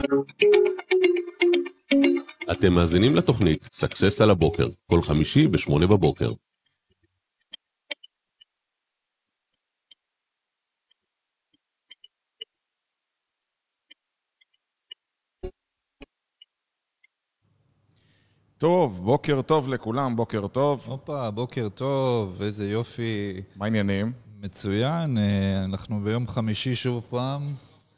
אתם מאזינים לתוכנית סאקסס על הבוקר, כל חמישי ב8 בבוקר. טוב, בוקר טוב לכולם, בוקר טוב. הופה, בוקר טוב, איזה יופי. מה העניינים? מצוין, אנחנו ביום חמישי שוב פעם.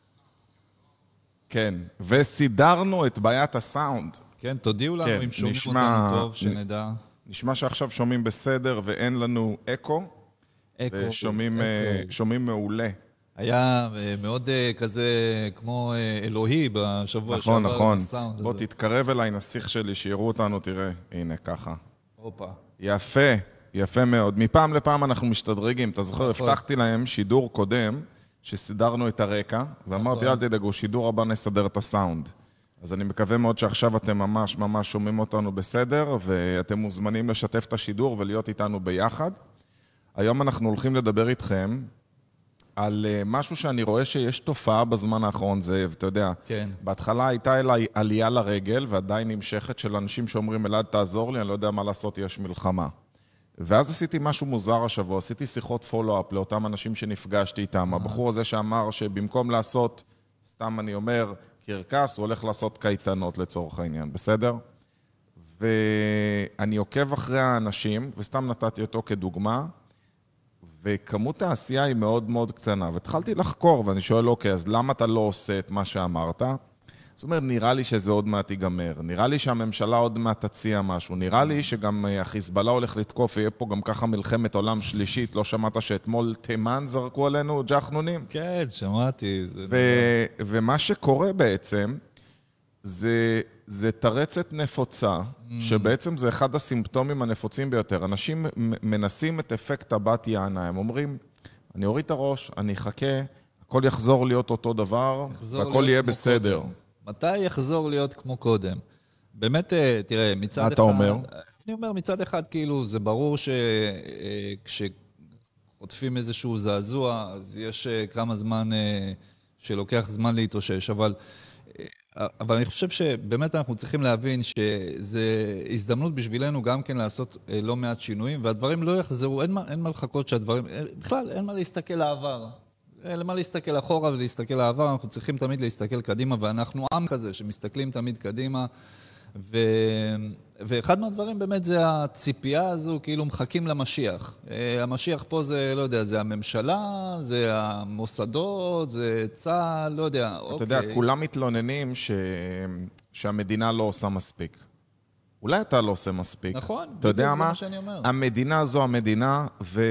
כן, וסידרנו את בעיית הסאונד. כן, תודיעו לנו כן, אם שומעים אותנו טוב, שנדע. נשמע שעכשיו שומעים בסדר ואין לנו אקו. ושומעים מעולה. היה מאוד כזה כמו אלוהי בשבוע נכון, שעבר. נכון. הסאונד בוא הזה. תתקרב אליי, נסיך שלי, שיראו אותנו, תראה. הנה, ככה. הופה. יפה, יפה מאוד. מפעם לפעם אנחנו משתדרגים. אתה זוכר, נכון. הבטחתי להם שידור קודם, שסידרנו את הרקע, ואמרתי, אל תדאגו, שידור הבא נסדר את הסאונד. אז אני מקווה מאוד שעכשיו אתם ממש ממש שומעים אותנו בסדר, ואתם מוזמנים לשתף את השידור ולהיות איתנו ביחד. היום אנחנו הולכים לדבר איתכם על משהו שאני רואה שיש תופעה בזמן האחרון, זאב, אתה יודע. כן. בהתחלה הייתה אליי עלייה לרגל, ועדיין נמשכת של אנשים שאומרים, אלעד תעזור לי, אני לא יודע מה לעשות, יש מלחמה. ואז עשיתי משהו מוזר השבוע, עשיתי שיחות פולו-אפ לאותם אנשים שנפגשתי איתם. הבחור הזה שאמר שבמקום לעשות, סתם אני אומר, קרקס, הוא הולך לעשות קייטנות לצורך העניין, בסדר? ואני עוקב אחרי האנשים, וסתם נתתי אותו כדוגמה, וכמות העשייה היא מאוד מאוד קטנה. והתחלתי לחקור, ואני שואל, אוקיי, אז למה אתה לא עושה את מה שאמרת? זאת אומרת, נראה לי שזה עוד מעט ייגמר. נראה לי שהממשלה עוד מעט תציע משהו. נראה לי שגם החיזבאללה הולך לתקוף, ויהיה פה גם ככה מלחמת עולם שלישית. לא שמעת שאתמול תימן זרקו עלינו ג'חנונים? כן, שמעתי. ומה שקורה בעצם, זה תרצת נפוצה, שבעצם זה אחד הסימפטומים הנפוצים ביותר. אנשים מנסים את אפקט הבת יענה. הם אומרים, אני אוריד את הראש, אני אחכה, הכל יחזור להיות אותו דבר, והכל יהיה בסדר. מתי יחזור להיות כמו קודם? באמת, תראה, מצד אחד... מה אתה אומר? אני אומר, מצד אחד, כאילו, זה ברור שכשחוטפים איזשהו זעזוע, אז יש כמה זמן שלוקח זמן להתאושש, אבל אני חושב שבאמת אנחנו צריכים להבין שזה הזדמנות בשבילנו גם כן לעשות לא מעט שינויים, והדברים לא יחזרו, אין מה לחכות שהדברים, בכלל אין מה להסתכל לעבר. למה להסתכל אחורה ולהסתכל לעבר, אנחנו צריכים תמיד להסתכל קדימה, ואנחנו עם כזה שמסתכלים תמיד קדימה, ואחד מהדברים באמת זה הציפייה הזו, כאילו מחכים למשיח. המשיח פה זה, לא יודע, זה הממשלה, זה המוסדות, זה צה"ל, לא יודע. אתה יודע, כולם מתלוננים שהמדינה לא עושה מספיק. אולי אתה לא עושה מספיק. נכון, אתה יודע זה מה שאני אומר. המדינה זו המדינה,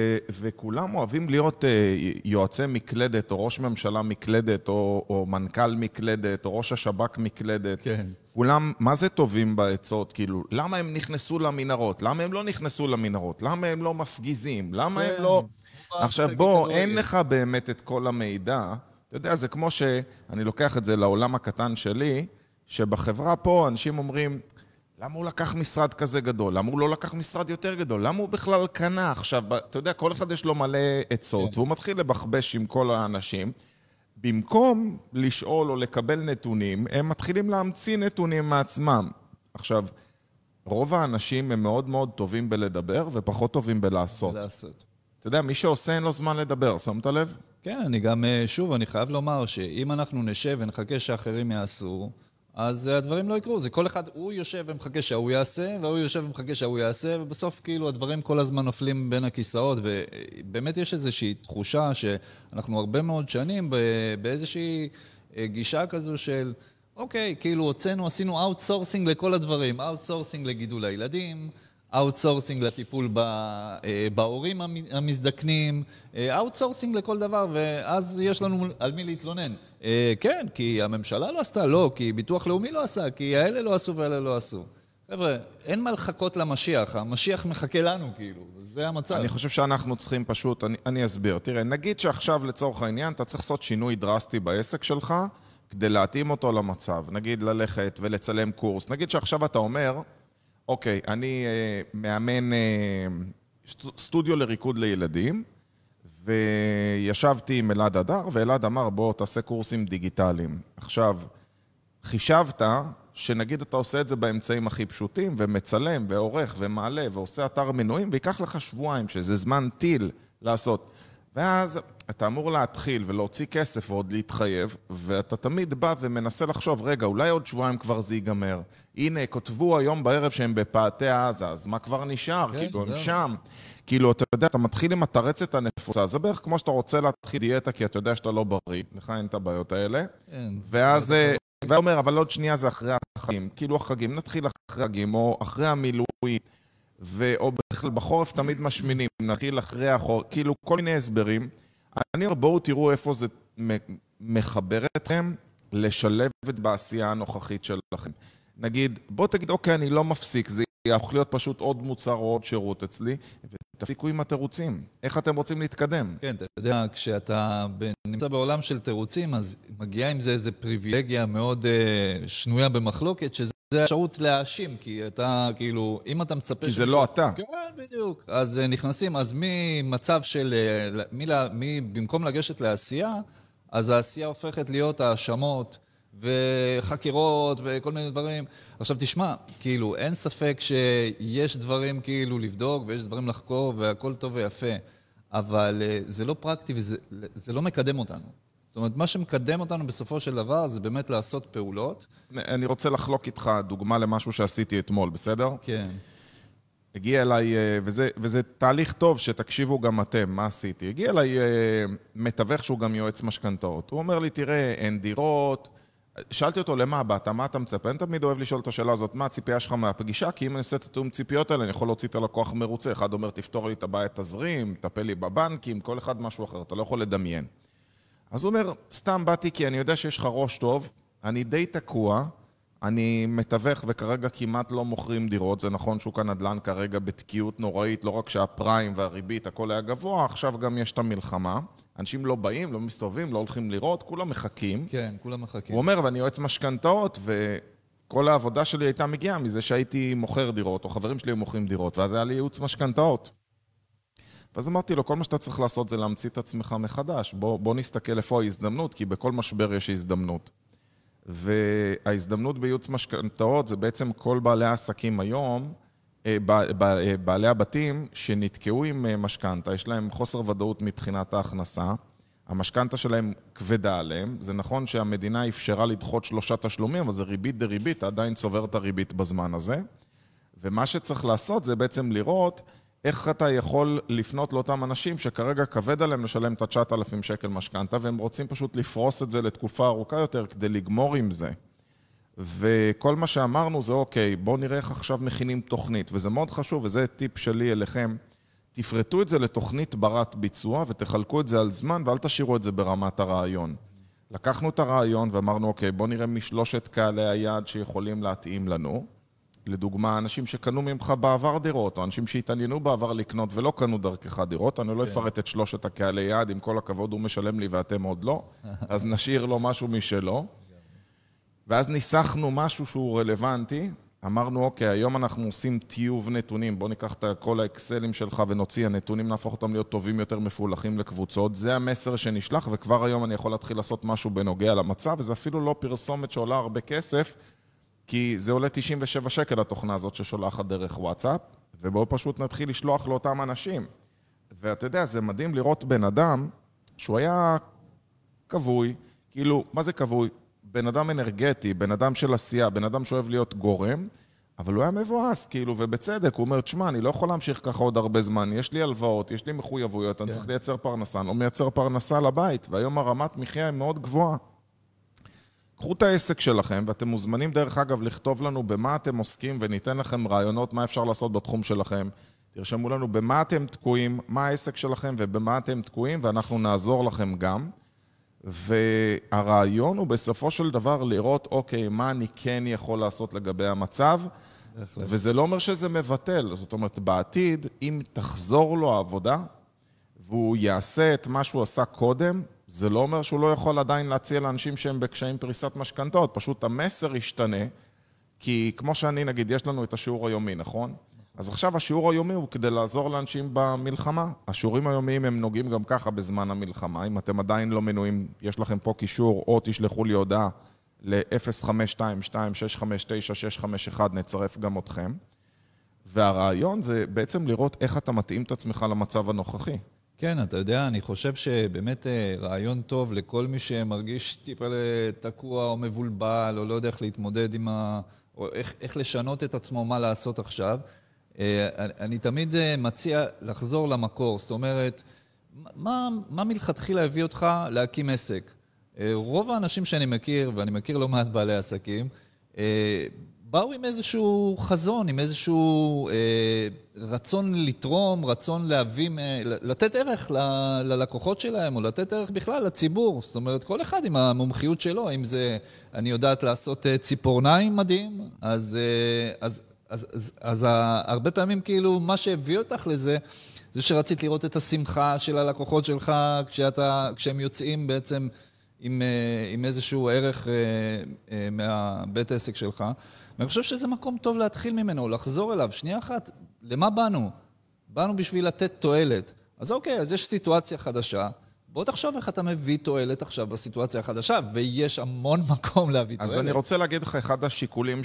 וכולם אוהבים להיות יועצי מקלדת, או ראש ממשלה מקלדת, או מנכ"ל מקלדת, או ראש השב"כ מקלדת. כן. כולם, מה זה טובים בעצות? כאילו, למה הם נכנסו למנהרות? למה הם לא נכנסו למנהרות? למה הם לא מפגיזים? למה הם לא... עכשיו בוא, אין לך באמת את כל המידע. אתה יודע, זה כמו שאני לוקח את זה לעולם הקטן שלי, שבחברה פה אנשים אומרים, למה הוא לקח משרד כזה גדול? למה הוא לא לקח משרד יותר גדול? למה הוא בכלל קנה? עכשיו, אתה יודע, כל אחד יש לו מלא עצות, והוא מתחיל לבחבש עם כל האנשים. במקום לשאול או לקבל נתונים, הם מתחילים להמציא נתונים מעצמם. עכשיו, רוב האנשים הם מאוד מאוד טובים בלדבר, ופחות טובים בלעשות. אתה יודע, מי שעושה אין לו זמן לדבר, שמת לב? כן, אני גם, שוב, אני חייב לומר שאם אנחנו נשב ונחכה שאחרים יעשו, אז הדברים לא יקרו. זה כל אחד, הוא יושב ומחכה שההוא יעשה, והוא יושב ומחכה שההוא יעשה, ובסוף כאילו הדברים כל הזמן נופלים בין הכיסאות, ובאמת יש איזושהי תחושה שאנחנו הרבה מאוד שנים באיזושהי גישה כזו של, אוקיי, כאילו הוצאנו, עשינו אאוטסורסינג לכל הדברים, אאוטסורסינג לגידול הילדים, אאוטסורסינג לטיפול בהורים המזדקנים, אאוטסורסינג לכל דבר, ואז יש לנו על מי להתלונן. כן, כי הממשלה לא עשתה, לא, כי ביטוח לאומי לא עשה, כי האלה לא עשו ואלה לא עשו. חבר'ה, אין מה לחכות למשיח, המשיח מחכה לנו כאילו, זה המצב. אני חושב שאנחנו צריכים פשוט, אני אסביר. תראה, נגיד שעכשיו לצורך העניין אתה צריך לעשות שינוי דרסטי בעסק שלך, כדי להתאים אותו למצב. נגיד ללכת ולצלם קורס. נגיד שעכשיו אתה אומר, אוקיי, אני מאמן סטודיו לריקוד לילדים, וישבתי עם אלעד הדר, ואלעד אמר, בוא תעשה קורסים דיגיטליים. עכשיו, חישבת שנגיד אתה עושה את זה באמצעים הכי פשוטים, ומצלם, ועורך, ומעלה, ועושה אתר מנויים, ויקח לך שבועיים, שזה זמן טיל לעשות. ואז אתה אמור להתחיל ולהוציא כסף ועוד להתחייב, ואתה תמיד בא ומנסה לחשוב, רגע, אולי עוד שבועיים כבר זה ייגמר. הנה, כותבו היום בערב שהם בפאתי עזה, אז מה כבר נשאר? כן, כאילו, הם זהו. שם. כאילו, אתה יודע, אתה מתחיל עם התרצת הנפוצה, זה בערך כמו שאתה רוצה להתחיל דיאטה, כי אתה יודע שאתה לא בריא, לך אין את הבעיות האלה. כן. ואז, ואומר, אבל עוד שנייה זה אחרי החגים. כאילו החגים, נתחיל אחרי החגים, או אחרי המילואים, או בכלל בחורף תמיד משמינים, נתחיל אחרי החורף, כאילו כל מיני הסברים. אני אומר, בואו תראו איפה זה מחבר אתכם לשלב את בעשייה הנוכחית שלכם. נגיד, בואו תגיד, אוקיי, אני לא מפסיק, זה יכול להיות פשוט עוד מוצר או עוד שירות אצלי, ותפסיקו עם התירוצים. איך אתם רוצים להתקדם? כן, אתה יודע, כשאתה נמצא בעולם של תירוצים, אז מגיעה עם זה איזו פריבילגיה מאוד שנויה במחלוקת, שזה האפשרות להאשים, כי אתה, כאילו, אם אתה מצפה... כי זה לא אתה. כן, בדיוק. אז נכנסים, אז ממצב של... במקום לגשת לעשייה, אז העשייה הופכת להיות האשמות וחקירות וכל מיני דברים. עכשיו תשמע, כאילו, אין ספק שיש דברים כאילו לבדוק ויש דברים לחקור והכל טוב ויפה, אבל זה לא פרקטי וזה לא מקדם אותנו. זאת אומרת, מה שמקדם אותנו בסופו של דבר זה באמת לעשות פעולות. אני רוצה לחלוק איתך דוגמה למשהו שעשיתי אתמול, בסדר? כן. הגיע אליי, וזה תהליך טוב שתקשיבו גם אתם, מה עשיתי? הגיע אליי מתווך שהוא גם יועץ משכנתאות. הוא אומר לי, תראה, אין דירות. שאלתי אותו, למה באת? מה אתה מצפה? אני תמיד אוהב לשאול את השאלה הזאת, מה הציפייה שלך מהפגישה? כי אם אני עושה את התאום ציפיות האלה, אני יכול להוציא את הלקוח מרוצה. אחד אומר, תפתור לי את הבעיה תזרים, טפל לי בבנקים, כל אחד משהו אחר, אתה לא יכול לדמיין. אז הוא אומר, סתם באתי כי אני יודע שיש לך ראש טוב, אני די תקוע, אני מתווך וכרגע כמעט לא מוכרים דירות, זה נכון שוק הנדל"ן כרגע בתקיעות נוראית, לא רק שהפריים והריבית, הכל היה גבוה, עכשיו גם יש את המלחמה. אנשים לא באים, לא מסתובבים, לא הולכים לראות, כולם מחכים. כן, כולם מחכים. הוא אומר, ואני יועץ משכנתאות, וכל העבודה שלי הייתה מגיעה מזה שהייתי מוכר דירות, או חברים שלי מוכרים דירות, ואז היה לי ייעוץ משכנתאות. ואז אמרתי לו, כל מה שאתה צריך לעשות זה להמציא את עצמך מחדש. בוא נסתכל איפה ההזדמנות, כי בכל משבר יש הזדמנות. וההזדמנות בייעוץ משכנתאות זה בעצם כל בעלי העסקים היום, בעלי הבתים שנתקעו עם משכנתה, יש להם חוסר ודאות מבחינת ההכנסה, המשכנתה שלהם כבדה עליהם, זה נכון שהמדינה אפשרה לדחות 3 תשלומים, אבל זה ריבית דריבית, עדיין צובר את הריבית בזמן הזה, ומה שצריך לעשות זה בעצם לראות איך אתה יכול לפנות לאותם אנשים שכרגע כבד עליהם לשלם את 9,000 שקל משכנתה, והם רוצים פשוט לפרוס את זה לתקופה ארוכה יותר כדי לגמור עם זה. וכל מה שאמרנו זה אוקיי, בואו נראה איך עכשיו מכינים תוכנית, וזה מאוד חשוב, וזה טיפ שלי אליכם, תפרטו את זה לתוכנית ברת ביצוע, ותחלקו את זה על זמן, ואל תשאירו את זה ברמת הרעיון. לקחנו את הרעיון ואמרנו, אוקיי, בואו נראה משלושת קהלי היעד שיכולים להתאים לנו. לדוגמה, אנשים שקנו ממך בעבר דירות, או אנשים שהתעניינו בעבר לקנות ולא קנו דרכך דירות, אני לא אפרט את 3 הקהלי יעד, עם כל הכבוד הוא משלם לי ואתם עוד לא, אז נשאיר לו משהו משלו. ואז ניסחנו משהו שהוא רלוונטי, אמרנו, אוקיי, היום אנחנו עושים טיוב נתונים, בוא ניקח את כל האקסלים שלך ונוציא, הנתונים נהפוך אותם להיות טובים יותר מפולחים לקבוצות, זה המסר שנשלח, וכבר היום אני יכול להתחיל לעשות משהו בנוגע למצב, וזה אפילו לא פרסומת שעולה הרבה כסף, כי זה עולה 97 שקל התוכנה הזאת ששולחת דרך וואטסאפ, ובואו פשוט נתחיל לשלוח לאותם אנשים. ואתה יודע, זה מדהים לראות בן אדם שהוא היה כבוי, כאילו, מה זה כבוי? בן אדם אנרגטי, בן אדם של עשייה, בן אדם שאוהב להיות גורם, אבל הוא היה מבואס, כאילו, ובצדק, הוא אומר, תשמע, אני לא יכול להמשיך ככה עוד הרבה זמן, יש לי הלוואות, יש לי מחויבויות, אני צריך לייצר פרנסה, אני לא מייצר פרנסה לבית, והיום הרמת מחיה היא מאוד גבוהה. קחו את העסק שלכם, ואתם מוזמנים דרך אגב לכתוב לנו במה אתם עוסקים, וניתן לכם רעיונות מה אפשר לעשות בתחום שלכם. תרשמו לנו במה אתם תקועים, מה העסק שלכם ובמה אתם תקועים, ואנחנו נעזור לכם גם. והרעיון הוא בסופו של דבר לראות, אוקיי, מה אני כן יכול לעשות לגבי המצב, וזה לא אומר שזה מבטל. זאת אומרת, בעתיד, אם תחזור לו העבודה, והוא יעשה את מה שהוא עשה קודם, זה לא אומר שהוא לא יכול עדיין להציע לאנשים שהם בקשיים פריסת משכנתאות, פשוט המסר ישתנה, כי כמו שאני נגיד, יש לנו את השיעור היומי, נכון? אז עכשיו השיעור היומי הוא כדי לעזור לאנשים במלחמה. השיעורים היומיים הם נוגעים גם ככה בזמן המלחמה. אם אתם עדיין לא מנויים, יש לכם פה קישור, או תשלחו לי הודעה, ל-0522-659-651 נצרף גם אתכם. והרעיון זה בעצם לראות איך אתה מתאים את עצמך למצב הנוכחי. כן, אתה יודע, אני חושב שבאמת רעיון טוב לכל מי שמרגיש טיפה תקוע או מבולבל, או לא יודע איך להתמודד עם או איך לשנות את עצמו, מה לעשות עכשיו. אני תמיד מציע לחזור למקור, זאת אומרת, מה מלכתחילה הביא אותך להקים עסק? רוב האנשים שאני מכיר, ואני מכיר לא מעט בעלי עסקים, באו עם איזשהו חזון, עם איזשהו רצון לתרום, רצון להביא, לתת ערך ללקוחות שלהם, או לתת ערך בכלל לציבור. זאת אומרת, כל אחד עם המומחיות שלו, אם זה, אני יודעת לעשות ציפורניים מדהים, אז הרבה פעמים כאילו מה שהביא אותך לזה, זה שרצית לראות את השמחה של הלקוחות שלך, כשהם יוצאים בעצם עם איזשהו ערך מהבית עסק שלך. ואני חושב שזה מקום טוב להתחיל ממנו, לחזור אליו. שנייה אחת, למה באנו? באנו בשביל לתת תועלת. אז אוקיי, אז יש סיטואציה חדשה. בוא תחשוב איך אתה מביא תועלת עכשיו בסיטואציה החדשה, ויש המון מקום להביא תועלת. אז אני רוצה להגיד לך, אחד השיקולים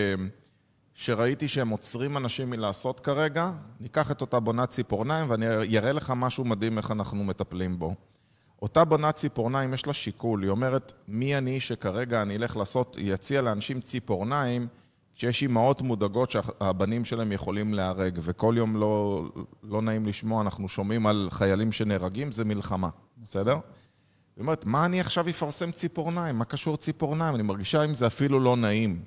שראיתי שהם עוצרים אנשים מלעשות כרגע, ניקח את אותה בונת ציפורניים, ואני אראה לך משהו מדהים איך אנחנו מטפלים בו. אותה בונת ציפורניים יש לה שיקול, היא אומרת, מי אני שכרגע אני אלך לעשות, יציע לאנשים ציפורניים, שיש אימהות מודאגות שהבנים שלהם יכולים להרג, וכל יום לא נעים לשמוע, אנחנו שומעים על חיילים שנהרגים, זה מלחמה, בסדר? היא אומרת, מה אני עכשיו אפרסם ציפורניים? מה קשור ציפורניים? אני מרגישה אם זה אפילו לא נעים.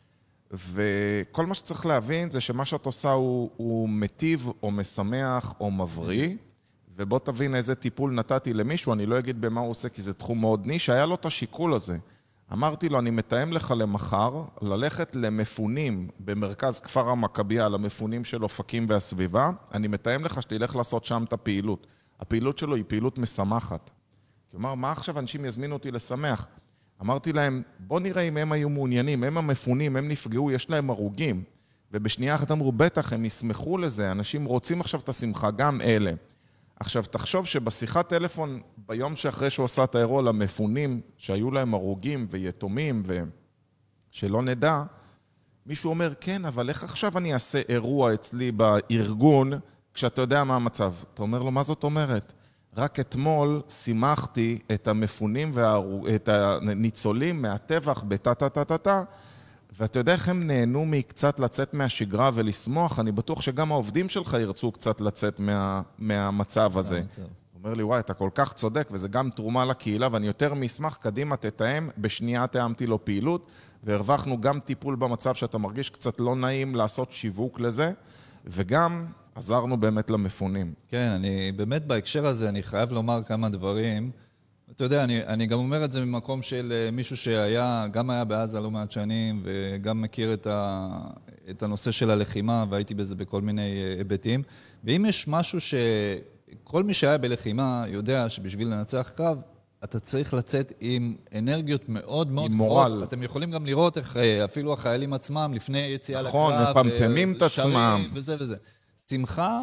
וכל מה שצריך להבין זה שמה שאת עושה הוא מטיב או משמח או מבריא, ובוא תבין איזה טיפול נתתי למישהו, אני לא אגיד במה הוא עושה, כי זה תחום מאוד ניש, היה לו את השיקול הזה. אמרתי לו, אני מתאם לך למחר, ללכת למפונים במרכז כפר המכביה, למפונים של אופקים והסביבה, אני מתאם לך שתלך לעשות שם את הפעילות. הפעילות שלו היא פעילות משמחת. כלומר, מה עכשיו אנשים יזמינו אותי לשמח? אמרתי להם, בוא נראה אם הם היו מעוניינים, הם המפונים, הם נפגעו, יש להם הרוגים. ובשנייה אחת אמרו, בטח, הם ישמחו לזה, אנשים רוצים עכשיו את השמחה, גם אלה. עכשיו, תחשוב שבשיחת טלפון, ביום שאחרי שהוא עשה את האירוע למפונים, שהיו להם הרוגים ויתומים ושלא נדע, מישהו אומר, כן, אבל איך עכשיו אני אעשה אירוע אצלי בארגון, כשאתה יודע מה המצב? אתה אומר לו, מה זאת אומרת? רק אתמול שימחתי את המפונים ואת הניצולים מהטבח בטה-טה-טה-טה, ואתה יודע איך הם נהנו מקצת לצאת מהשגרה ולשמוח, אני בטוח שגם העובדים שלך ירצו קצת לצאת מהמצב הזה. הוא אומר לי, וואי, אתה כל כך צודק, וזה גם תרומה לקהילה, ואני יותר משמח, קדימה תתאם, בשנייה תאמתי לו פעילות, והרווחנו גם טיפול במצב שאתה מרגיש קצת לא נעים לעשות שיווק לזה, וגם עזרנו באמת למפונים. כן, אני באמת בהקשר הזה, אני חייב לומר כמה דברים. אתה יודע, אני גם אומר את זה ממקום של מישהו גם היה בעזה לא מעט שנים, וגם מכיר את הנושא של הלחימה, והייתי בזה בכל מיני היבטים. ואם יש משהו שכל מי שהיה בלחימה יודע שבשביל לנצח קרב, אתה צריך לצאת עם אנרגיות מאוד מאוד גבוהות. אתם יכולים גם לראות איך אפילו החיילים עצמם לפני יציאה לקרב, נכון, מפמפמים את עצמם. וזה וזה. שמחה,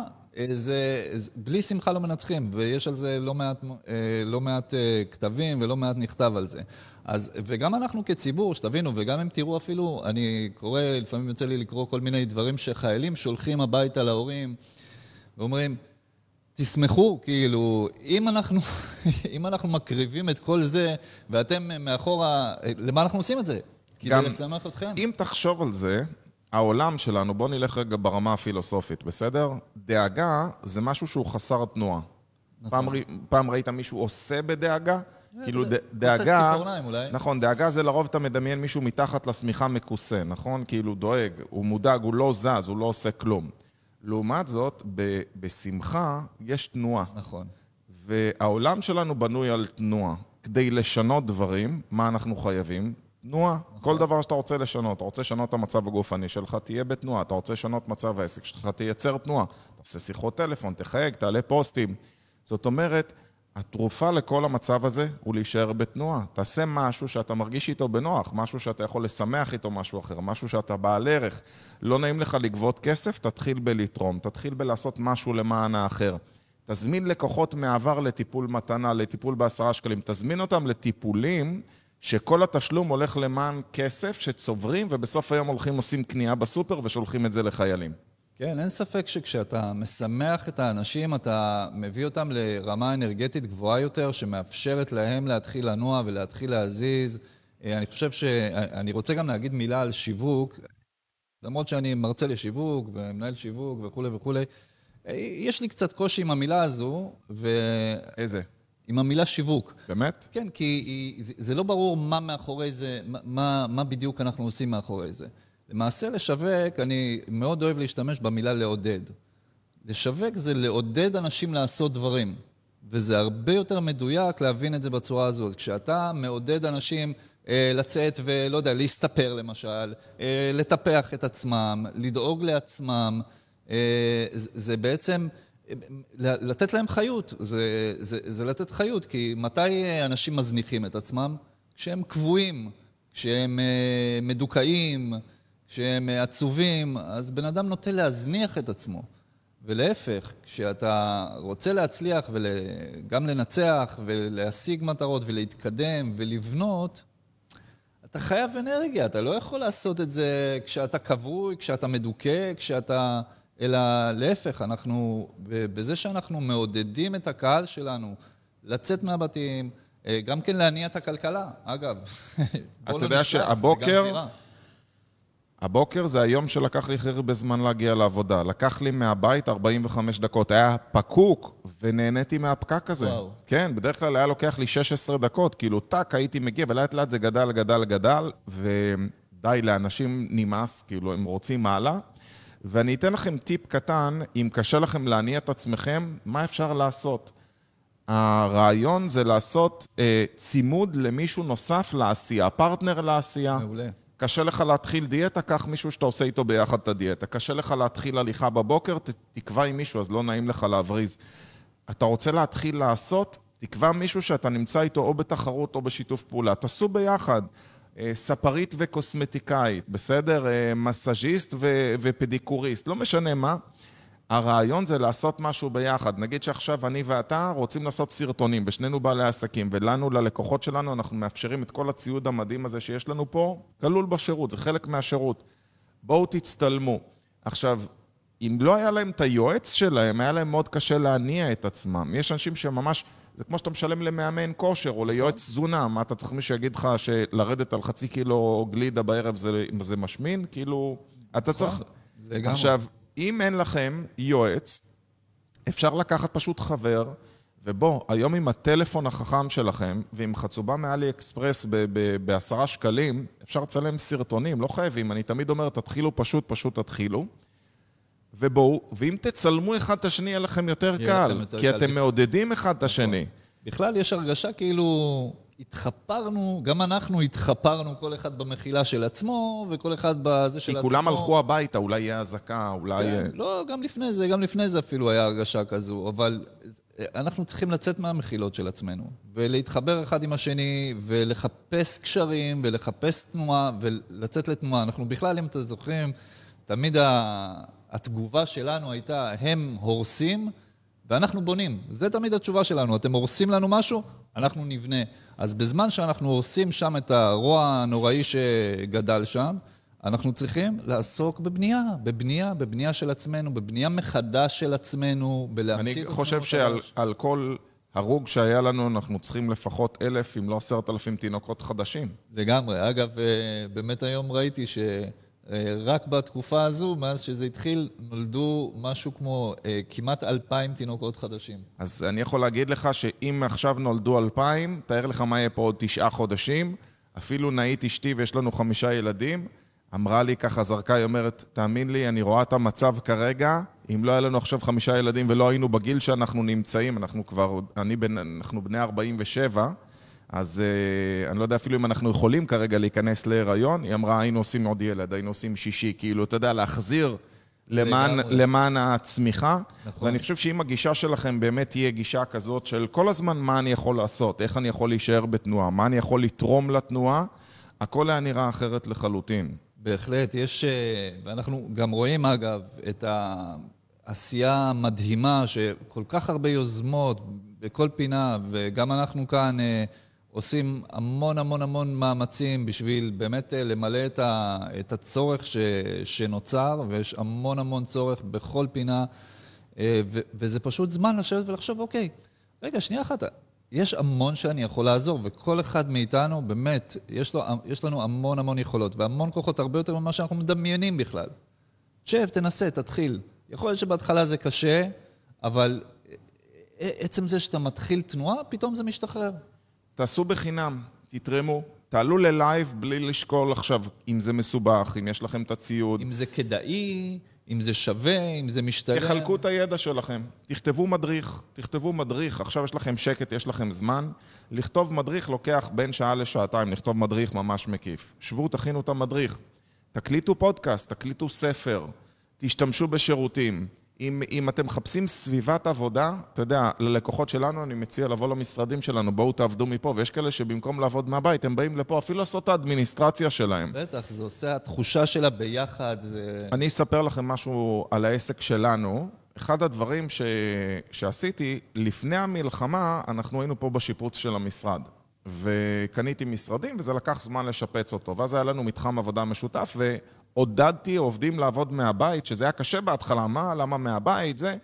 בלי שמחה לא מנצחים, ויש על זה לא מעט כתבים ולא מעט נכתב על זה. וגם אנחנו כציבור, שתבינו, וגם אם תראו אפילו, אני קורא, לפעמים יוצא לי לקרוא כל מיני דברים שחיילים שולחים הביתה להורים, ואומרים, תשמחו, כאילו, אם אנחנו מקריבים את כל זה, ואתם מאחורה, למה אנחנו עושים את זה? כדי לשמח אתכם. אם תחשוב על זה, העולם שלנו, בוא נלך רגע ברמה הפילוסופית, בסדר? דאגה זה משהו שהוא חסר תנועה. פעם ראית מישהו עושה בדאגה? כאילו דאגה, נכון, דאגה זה לרוב אתה מדמיין מישהו מתחת לשמיכה מכוסה, נכון? כאילו דואג, הוא מודאג, הוא לא זז, הוא לא עושה כלום. לעומת זאת, בשמחה יש תנועה. נכון. והעולם שלנו בנוי על תנועה. כדי לשנות דברים, מה אנחנו חייבים? תנועה. כל דבר שאתה רוצה לשנות, אתה רוצה לשנות את המצב הגופני שלך, תהיה בתנועה. אתה רוצה לשנות מצב העסק שלך, תייצר תנועה. תעשה שיחות טלפון, תחייג, תעלה פוסטים. זאת אומרת, התרופה לכל המצב הזה הוא להישאר בתנועה. תעשה משהו שאתה מרגיש איתו בנוח, משהו שאתה יכול לשמח איתו משהו אחר, משהו שאתה בעל ערך. לא נעים לך לגבות כסף, תתחיל בלתרום, תתחיל בלעשות משהו למען האחר. תזמין לקוחות מעבר לטיפול מתנה, לטיפול ב10 שקלים, תזמין אותם לטיפולים שכל התשלום הולך למען כסף שצוברים, ובסוף היום הולכים עושים קנייה בסופר ושולחים את זה לחיילים. כן, אין ספק שכשאתה משמח את האנשים, אתה מביא אותם לרמה אנרגטית גבוהה יותר, שמאפשרת להם להתחיל לנוע ולהתחיל להזיז. אני חושב שאני רוצה גם להגיד מילה על שיווק, למרות שאני מרצה לשיווק ומנהל שיווק וכו' וכו'. יש לי קצת קושי עם המילה הזו, איזה? עם המילה שיווק. באמת? כן, כי זה לא ברור מה מאחורי זה, מה בדיוק אנחנו עושים מאחורי זה. למעשה לשווק, אני מאוד אוהב להשתמש במילה לעודד. לשווק זה לעודד אנשים לעשות דברים, וזה הרבה יותר מדויק להבין את זה בצורה הזו. אז כשאתה מעודד אנשים לצאת ולא יודע, להסתפר למשל, לטפח את עצמם, לדאוג לעצמם, זה בעצם לתת להם חיות, זה לתת חיות, כי מתי אנשים מזניחים את עצמם? כשהם קבועים, כשהם מדוכאים, כשהם עצובים, אז בן אדם נוטה להזניח את עצמו. ולהפך, כשאתה רוצה להצליח וגם לנצח ולהשיג מטרות ולהתקדם ולבנות, אתה חייב אנרגיה, אתה לא יכול לעשות את זה כשאתה קבוי, כשאתה מדוכא, אלא להפך, בזה שאנחנו מעודדים את הקהל שלנו לצאת מהבתים, גם כן להניע את הכלכלה. אגב, אתה יודע הבוקר זה היום שלקח לי הכי הרבה זמן להגיע לעבודה. לקח לי מהבית 45 דקות. היה פקוק ונהניתי מהפקק הזה. וואו. כן, בדרך כלל היה לוקח לי 16 דקות. כאילו, טק, הייתי מגיע, ולאט לאט זה גדל, ודי, לאנשים נמאס, כאילו, הם רוצים מעלה. ואני אתן לכם טיפ קטן, אם קשה לכם להניע את עצמכם, מה אפשר לעשות? הרעיון זה לעשות צימוד למישהו נוסף לעשייה, פרטנר לעשייה. מעולה. קשה לך להתחיל דיאטה, קח מישהו שאתה עושה איתו ביחד את הדיאטה. קשה לך להתחיל הליכה בבוקר, תקבע עם מישהו, אז לא נעים לך להבריז. אתה רוצה להתחיל לעשות, תקבע מישהו שאתה נמצא איתו או בתחרות או בשיתוף פעולה. תעשו ביחד. ספרית וקוסמטיקאית, בסדר? מסאז'יסט ופדיקוריסט, לא משנה מה. הרעיון זה לעשות משהו ביחד. נגיד שעכשיו אני ואתה רוצים לעשות סרטונים, ושנינו בעלי עסקים, ולנו, ללקוחות שלנו, אנחנו מאפשרים את כל הציוד המדהים הזה שיש לנו פה, כלול בשירות, זה חלק מהשירות. בואו תצטלמו. עכשיו, אם לא היה להם את היועץ שלהם, היה להם מאוד קשה להניע את עצמם. יש אנשים שממש, זה כמו שאתה משלם למאמן כושר, או ליועץ תזונה, מה אתה צריך מישהו שיגיד לך שלרדת על חצי קילו גלידה בערב זה משמין? כאילו, אתה צריך... עכשיו, אם אין לכם יועץ, אפשר לקחת פשוט חבר, ובוא, היום עם הטלפון החכם שלכם, ועם חצובה מאלי אקספרס ב10 שקלים, אפשר לצלם סרטונים, לא חייבים, אני תמיד אומר, תתחילו פשוט תתחילו, ובואו, ואם תצלמו אחד את השני, יהיה לכם יותר קל, כי אתם מעודדים אחד את השני. בכלל יש הרגשה כאילו התחפרנו, גם אנחנו התחפרנו כל אחד במחילה של עצמו, וכל אחד בזה של עצמו. כי כולם הלכו הביתה, אולי יהיה הזקה, אולי... כן, לא, גם לפני זה אפילו היה הרגשה כזו, אבל אנחנו צריכים לצאת מהמחילות של עצמנו, ולהתחבר אחד עם השני, ולחפש קשרים, ולחפש תנועה, ולצאת לתנועה. אנחנו בכלל, אם אתם זוכרים, תמיד התגובה שלנו הייתה, הם הורסים, ואנחנו בונים. זה תמיד התשובה שלנו. אתם הורסים לנו משהו, אנחנו נבנה. אז בזמן שאנחנו הורסים שם את הרוע הנוראי שגדל שם, אנחנו צריכים לעסוק בבנייה של עצמנו, בבנייה מחדש של עצמנו, בלהמציא את עצמנו. אני חושב שעל כל הרוג שהיה לנו, אנחנו צריכים לפחות 1,000, אם לא 10,000 תינוקות חדשים. לגמרי. אגב, באמת היום ראיתי רק בתקופה הזו, מאז שזה התחיל, נולדו משהו כמו כמעט 2,000 תינוקות חדשים. אז אני יכול להגיד לך שאם עכשיו נולדו 2,000, תאר לך מה יהיה פה עוד 9 חודשים, אפילו נאית אשתי ויש לנו 5 ילדים, אמרה לי ככה, זרקה, היא אומרת, תאמין לי, אני רואה את המצב כרגע, אם לא היה לנו עכשיו 5 ילדים ולא היינו בגיל שאנחנו נמצאים, אנחנו בני 47, אז אני לא יודע אפילו אם אנחנו יכולים כרגע להיכנס להיריון, היא אמרה, היינו עושים עוד ילד, היינו עושים 6, כאילו, אתה יודע, להחזיר למען הצמיחה, נכון. ואני חושב שאם הגישה שלכם באמת תהיה גישה כזאת של כל הזמן מה אני יכול לעשות, איך אני יכול להישאר בתנועה, מה אני יכול לתרום לתנועה, הכל היה נראה אחרת לחלוטין. בהחלט, ואנחנו גם רואים אגב את העשייה המדהימה, שכל כך הרבה יוזמות בכל פינה, וגם אנחנו כאן עושים המון המון המון מאמצים בשביל באמת למלא את הצורך שנוצר, ויש המון המון צורך בכל פינה, וזה פשוט זמן לשבת ולחשוב, אוקיי, רגע, שנייה אחת, יש המון שאני יכול לעזור, וכל אחד מאיתנו, באמת, יש לנו המון המון יכולות, והמון כוחות הרבה יותר ממה שאנחנו מדמיינים בכלל. שב, תנסה, תתחיל. יכול להיות שבהתחלה זה קשה, אבל עצם זה שאתה מתחיל תנועה, פתאום זה משתחרר. תעשו בחינם, תתרמו, תעלו ללייב בלי לשקול עכשיו אם זה מסובך, אם יש לכם את הציוד. אם זה כדאי, אם זה שווה, אם זה משתלם. תחלקו את הידע שלכם, תכתבו מדריך, עכשיו יש לכם שקט, יש לכם זמן. לכתוב מדריך לוקח בין שעה לשעתיים, לכתוב מדריך ממש מקיף. שבו, תכינו את המדריך. תקליטו פודקאסט, תקליטו ספר, תשתמשו בשירותים. אם אתם מחפשים סביבת עבודה, אתה יודע, ללקוחות שלנו אני מציע לבוא למשרדים שלנו, בואו תעבדו מפה, ויש כאלה שבמקום לעבוד מהבית, הם באים לפה אפילו לעשות את האדמיניסטרציה שלהם. בטח, זה עושה התחושה שלה ביחד. אני אספר לכם משהו על העסק שלנו. אחד הדברים שעשיתי, לפני המלחמה, אנחנו היינו פה בשיפוץ של המשרד. וקניתי משרדים, וזה לקח זמן לשפץ אותו. ואז היה לנו מתחם עבודה משותף, ועודדתי עובדים לעבוד מהבית, שזה היה קשה בהתחלה. למה מהבית? זה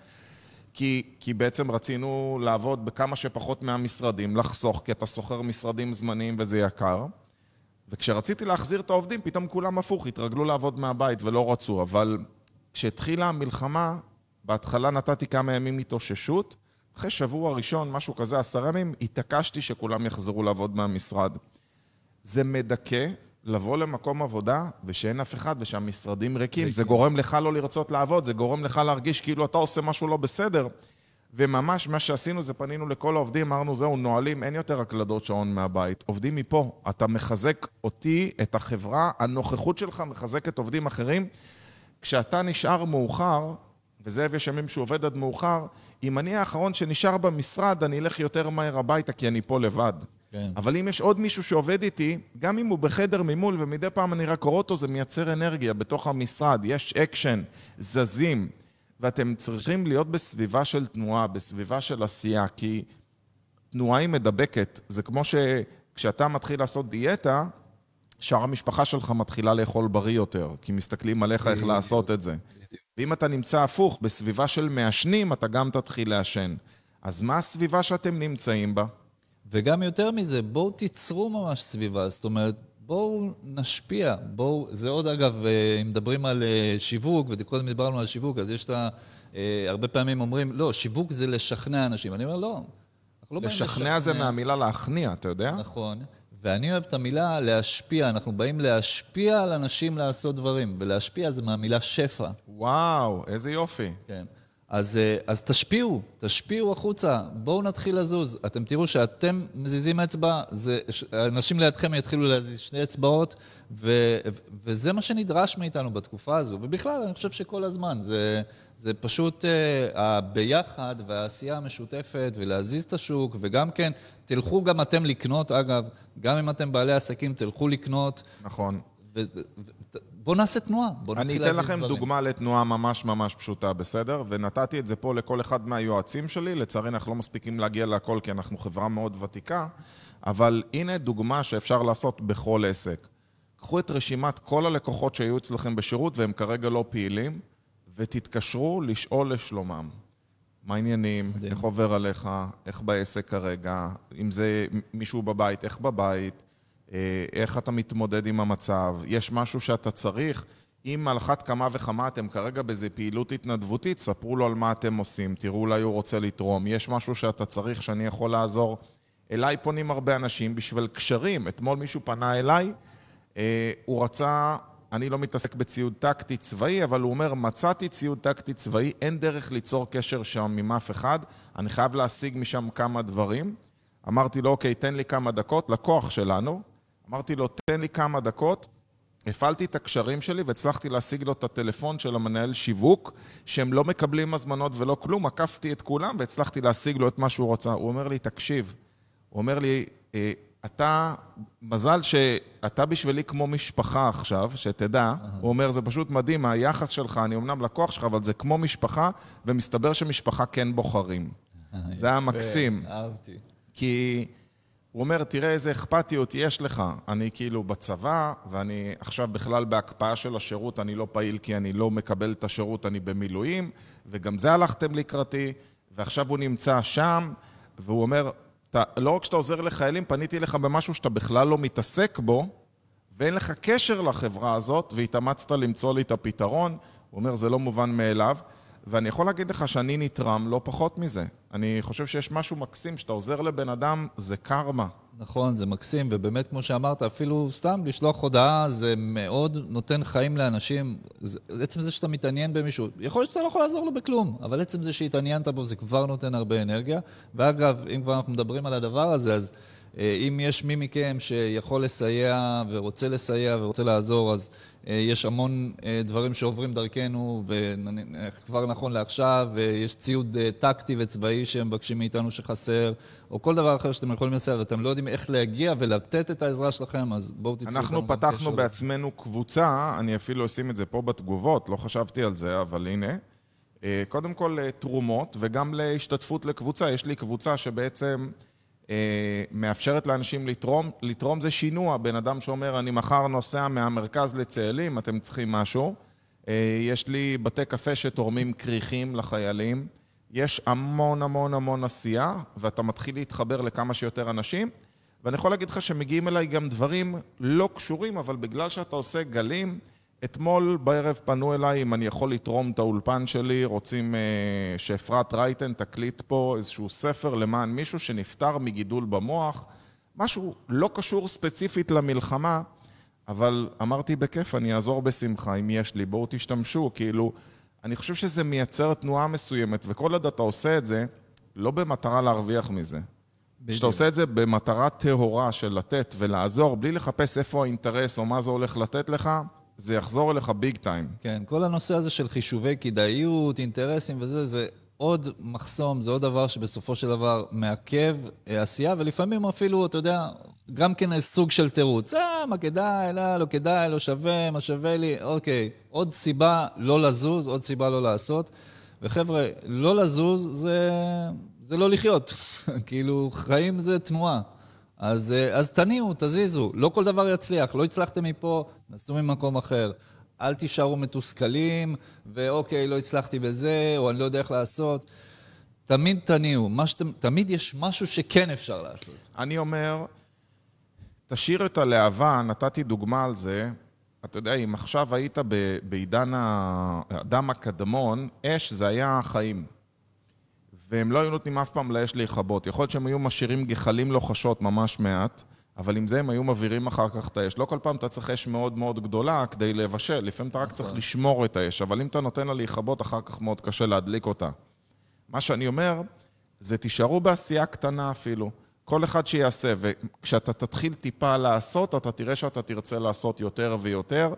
כי בעצם רצינו לעבוד בכמה שפחות מהמשרדים, לחסוך, כי אתה סוחר משרדים זמניים וזה יקר. וכשרציתי להחזיר את העובדים, פתאום כולם הפוך, התרגלו לעבוד מהבית ולא רצו. אבל כשהתחילה המלחמה, בהתחלה נתתי כמה ימים התאוששות, אחרי שבוע ראשון, משהו כזה, 10 ימים, התעקשתי שכולם יחזרו לעבוד מהמשרד. זה מדכא לבוא למקום עבודה, ושאין אף אחד, ושהמשרדים ריקים. זה גורם לך לא לרצות לעבוד, זה גורם לך להרגיש כאילו אתה עושה משהו לא בסדר. וממש מה שעשינו זה פנינו לכל העובדים, אמרנו זהו, נועלים, אין יותר הקלדות שעון מהבית. עובדים מפה, אתה מחזק אותי, את החברה, הנוכחות שלך מחזקת עובדים אחרים. כשאתה נשאר מאוחר, וזאב יש ימים שהוא עובד עד מאוחר, אם אני האחרון שנשאר במשרד, אני אלך יותר מהר הביתה, כי אני פה לבד. כן. אבל אם יש עוד מישהו שעובד איתי, גם אם הוא בחדר ממול, ומדי פעם אני רק קורא אותו, זה מייצר אנרגיה בתוך המשרד, יש אקשן, זזים, ואתם צריכים להיות בסביבה של תנועה, בסביבה של עשייה, כי תנועה היא מדבקת. זה כמו שכשאתה מתחיל לעשות דיאטה, שאר המשפחה שלך מתחילה לאכול בריא יותר, כי מסתכלים עליך איך לעשות את זה. ואם אתה נמצא הפוך, בסביבה של מעשנים, אתה גם תתחיל לעשן. אז מה הסביבה שאתם נמצאים בה? וגם יותר מזה, בואו תיצרו ממש סביבה, זאת אומרת, בואו נשפיע, זה עוד אגב, אם מדברים על שיווק, וקודם דיברנו על שיווק, אז יש הרבה פעמים אומרים, לא, שיווק זה לשכנע אנשים. אני אומר, לא, אנחנו לא באים לשכנע. לשכנע זה מהמילה להכניע, אתה יודע? נכון, ואני אוהב את המילה להשפיע, אנחנו באים להשפיע על אנשים לעשות דברים, ולהשפיע זה מהמילה שפע. וואו, איזה יופי. כן. אז תשפיעו החוצה, בואו נתחיל לזוז. אתם תראו שאתם מזיזים אצבע, אנשים לידכם יתחילו להזיז 2 אצבעות, וזה מה שנדרש מאיתנו בתקופה הזו. ובכלל, אני חושב שכל הזמן, זה פשוט ביחד והעשייה המשותפת, ולהזיז את השוק, וגם כן, תלכו גם אתם לקנות, אגב, גם אם אתם בעלי עסקים, תלכו לקנות. נכון. בואו נעשה תנועה, בואו נתחיל אני להזיז אתן דברים. לכם דוגמה לתנועה ממש ממש פשוטה, בסדר? ונתתי את זה פה לכל אחד מהיועצים שלי, לצערי אנחנו לא מספיקים להגיע להכל כי אנחנו חברה מאוד ותיקה, אבל הנה דוגמה שאפשר לעשות בכל עסק. קחו את רשימת כל הלקוחות שהיו אצלכם בשירות והם כרגע לא פעילים, ותתקשרו לשאול לשלומם. מה העניינים? איך עובר עליך? איך בעסק כרגע? אם זה מישהו בבית, איך בבית? איך אתה מתמודד עם המצב, יש משהו שאתה צריך, אם על אחת כמה וכמה אתם כרגע באיזו פעילות התנדבותית, ספרו לו על מה אתם עושים, תראו אולי הוא רוצה לתרום, יש משהו שאתה צריך שאני יכול לעזור. אליי פונים הרבה אנשים בשביל קשרים, אתמול מישהו פנה אליי, הוא רצה, אני לא מתעסק בציוד טקטי צבאי, אבל הוא אומר, מצאתי ציוד טקטי צבאי, אין דרך ליצור קשר שם עם אף אחד, אני חייב להשיג משם כמה דברים. אמרתי לו, אוקיי, תן לי כמה דקות, לקוח שלנו, אמרתי לו, תן לי כמה דקות, הפעלתי את הקשרים שלי והצלחתי להשיג לו את הטלפון של המנהל שיווק, שהם לא מקבלים הזמנות ולא כלום, עקפתי את כולם והצלחתי להשיג לו את מה שהוא רוצה. הוא אומר לי, תקשיב, הוא אומר לי, אתה, מזל שאתה בשבילי כמו משפחה עכשיו, שתדע, הוא אומר, זה פשוט מדהים, היחס שלך, אני אמנם לקוח שלך, אבל זה כמו משפחה, ומסתבר שמשפחה כן בוחרים. זה היה מקסים. אהבתי. כי הוא אומר, תראה איזה אכפתיות יש לך. אני כאילו בצבא, ואני עכשיו בכלל בהקפאה של השירות, אני לא פעיל כי אני לא מקבל את השירות, אני במילואים, וגם זה הלכתם לקראתי, ועכשיו הוא נמצא שם, והוא אומר, לא רק שאתה עוזר לחיילים, פניתי לך במשהו שאתה בכלל לא מתעסק בו, ואין לך קשר לחברה הזאת, והתאמצת למצוא לי את הפתרון. הוא אומר, זה לא מובן מאליו, ואני יכול להגיד לך שאני נתרם לא פחות מזה. אני חושב שיש משהו מקסים, שאתה עוזר לבן אדם, זה קרמה. נכון, זה מקסים, ובאמת כמו שאמרת, אפילו סתם לשלוח הודעה, זה מאוד נותן חיים לאנשים. עצם זה שאתה מתעניין במישהו, יכול להיות שאתה לא יכול לעזור לו בכלום, אבל עצם זה שהתעניינת בו, זה כבר נותן הרבה אנרגיה. ואגב, אם כבר אנחנו מדברים על הדבר הזה, אז אם יש מי מכם שיכול לסייע ורוצה לסייע ורוצה לעזור, אז יש המון דברים שעוברים דרכנו, וכבר נכון לעכשיו, יש ציוד טקטי וצבאי שהם מבקשים מאיתנו שחסר, או כל דבר אחר שאתם יכולים לסייע, ואתם לא יודעים איך להגיע ולתת את העזרה שלכם, אז בואו תצאו איתנו. אנחנו פתחנו בעצמנו קבוצה, אני אפילו אשים את זה פה בתגובות, לא חשבתי על זה, אבל הנה. קודם כל תרומות, וגם להשתתפות לקבוצה. יש לי קבוצה שבעצם מאפשרת לאנשים לתרום. לתרום זה שינוע, בן אדם שאומר, אני מחר נוסע מהמרכז לצאלים, אתם צריכים משהו. יש לי בתי קפה שתורמים קריחים לחיילים. יש המון המון המון עשייה, ואתה מתחיל להתחבר לכמה שיותר אנשים. ואני יכול להגיד לך שמגיעים אליי גם דברים לא קשורים, אבל בגלל שאתה עושה גלים, אתמול בערב פנו אליי אם אני יכול לתרום את האולפן שלי, רוצים שאפרת רייטן תקליט פה איזשהו ספר למען מישהו שנפטר מגידול במוח, משהו לא קשור ספציפית למלחמה, אבל אמרתי בכיף, אני אעזור בשמחה אם יש לי, בואו תשתמשו, כאילו, אני חושב שזה מייצר תנועה מסוימת, וכל עוד אתה עושה את זה, לא במטרה להרוויח מזה. כשאתה עושה את זה במטרה טהורה של לתת ולעזור, בלי לחפש איפה האינטרס או מה זה הולך לתת לך, זה יחזור אליך ביג טיים. כן, כל הנושא הזה של חישובי כדאיות, אינטרסים וזה, זה עוד מחסום, זה עוד דבר שבסופו של דבר מעכב עשייה, ולפעמים אפילו, אתה יודע, גם כן סוג של תירוץ. מה כדאי, לא כדאי, לא שווה, מה שווה לי, אוקיי. עוד סיבה לא לזוז, עוד סיבה לא לעשות. וחבר'ה, לא לזוז זה לא לחיות. כאילו, חיים זה תנועה. אז תניעו, תזיזו, לא כל דבר יצליח, לא הצלחתם מפה, נסו ממקום אחר. אל תישארו מתוסכלים, ואוקיי, לא הצלחתי בזה, או אני לא יודע איך לעשות. תמיד תניעו, תמיד יש משהו שכן אפשר לעשות. אני אומר, תשאיר את הלהבה, נתתי דוגמה על זה, אתה יודע, אם עכשיו היית בעידן האדם הקדמון, אש זה היה החיים. והם לא היו נותנים אף פעם לאש להיכבות. יכול להיות שהם היו משאירים גחלים לוחשות ממש מעט, אבל עם זה הם היו מבהירים אחר כך את האש. לא כל פעם אתה צריך אש מאוד מאוד גדולה כדי לבשל, לפעמים אתה רק צריך לשמור את האש, אבל אם אתה נותן לה להיכבות, אחר כך מאוד קשה להדליק אותה. מה שאני אומר, זה תישארו בעשייה קטנה אפילו. כל אחד שיעשה, וכשאתה תתחיל טיפה לעשות, אתה תראה שאתה תרצה לעשות יותר ויותר,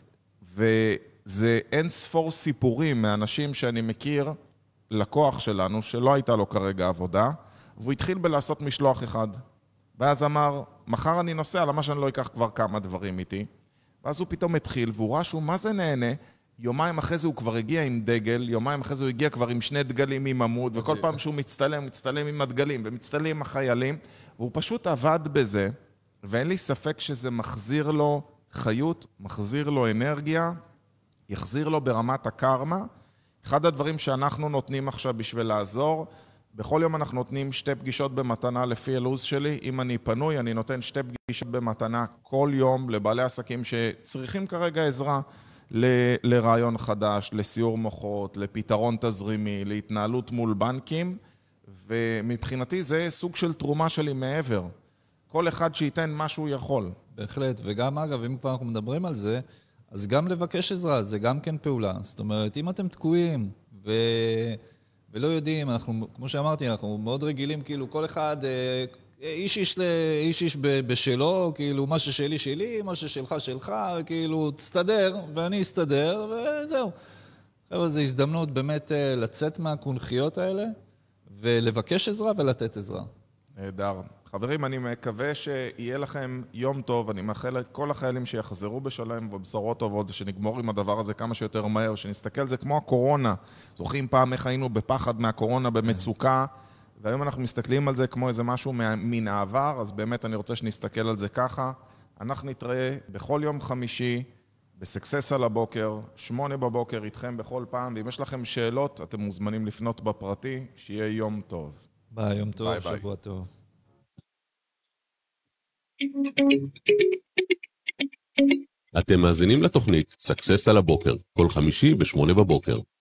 וזה אין ספור סיפורים מאנשים שאני מכיר, לקוח שלנו, שלא הייתה לו כרגע עבודה, והוא התחיל בלעשות משלוח אחד. ואז אמר, מחר אני נוסע, למה שאני לא אקח כבר כמה דברים איתי? ואז הוא פתאום התחיל, והוא ראה שהוא מה זה נהנה, יומיים אחרי זה הוא כבר הגיע עם דגל, יומיים אחרי זה הוא הגיע כבר עם 2 דגלים עם עמוד, וכל פעם שהוא מצטלם עם הדגלים, ומצטלם עם החיילים, והוא פשוט עבד בזה, ואין לי ספק שזה מחזיר לו חיות, מחזיר לו אנרגיה, יחזיר לו ברמת הקרמה. אחד הדברים שאנחנו נותנים עכשיו בשביל לעזור, בכל יום אנחנו נותנים 2 פגישות במתנה לפי הלוז שלי. אם אני פנוי, אני נותן 2 פגישות במתנה כל יום לבעלי עסקים שצריכים כרגע עזרה לרעיון חדש, לסיור מוחות, לפתרון תזרימי, להתנהלות מול בנקים, ומבחינתי זה סוג של תרומה שלי מעבר. כל אחד שייתן מה שהוא יכול. בהחלט, וגם אגב, אם כבר אנחנו מדברים על זה, אז גם לבקש עזרה, זה גם כן פעולה. זאת אומרת, אם אתם תקועים ולא יודעים, אנחנו, כמו שאמרתי, אנחנו מאוד רגילים, כאילו, כל אחד, איש בשלו, כאילו, מה ששלי שלי, מה ששלך שלך, כאילו, תסתדר, ואני אסתדר, וזהו. חבר'ה, זו הזדמנות באמת לצאת מהקונכיות האלה, ולבקש עזרה ולתת עזרה. נהדר. חברים, אני מקווה שיהיה לכם יום טוב, אני מאחל לכל החיילים שיחזרו בשלם ובשורות טובות, שנגמור עם הדבר הזה כמה שיותר מהר, שנסתכל על זה כמו הקורונה. זוכרים פעם איך היינו בפחד מהקורונה, במצוקה, והיום אנחנו מסתכלים על זה כמו איזה משהו מן העבר, אז באמת אני רוצה שנסתכל על זה ככה. אנחנו נתראה בכל יום חמישי, בסקסס על הבוקר, 8 בבוקר איתכם בכל פעם, ואם יש לכם שאלות, אתם מוזמנים לפנות בפרטי, שיהיה יום טוב. ביי, יום טוב, ביי, ביי. שבוע טוב. אתם מאזינים לתוכנית סאקסס על הבוקר, כל חמישי ב8 בבוקר.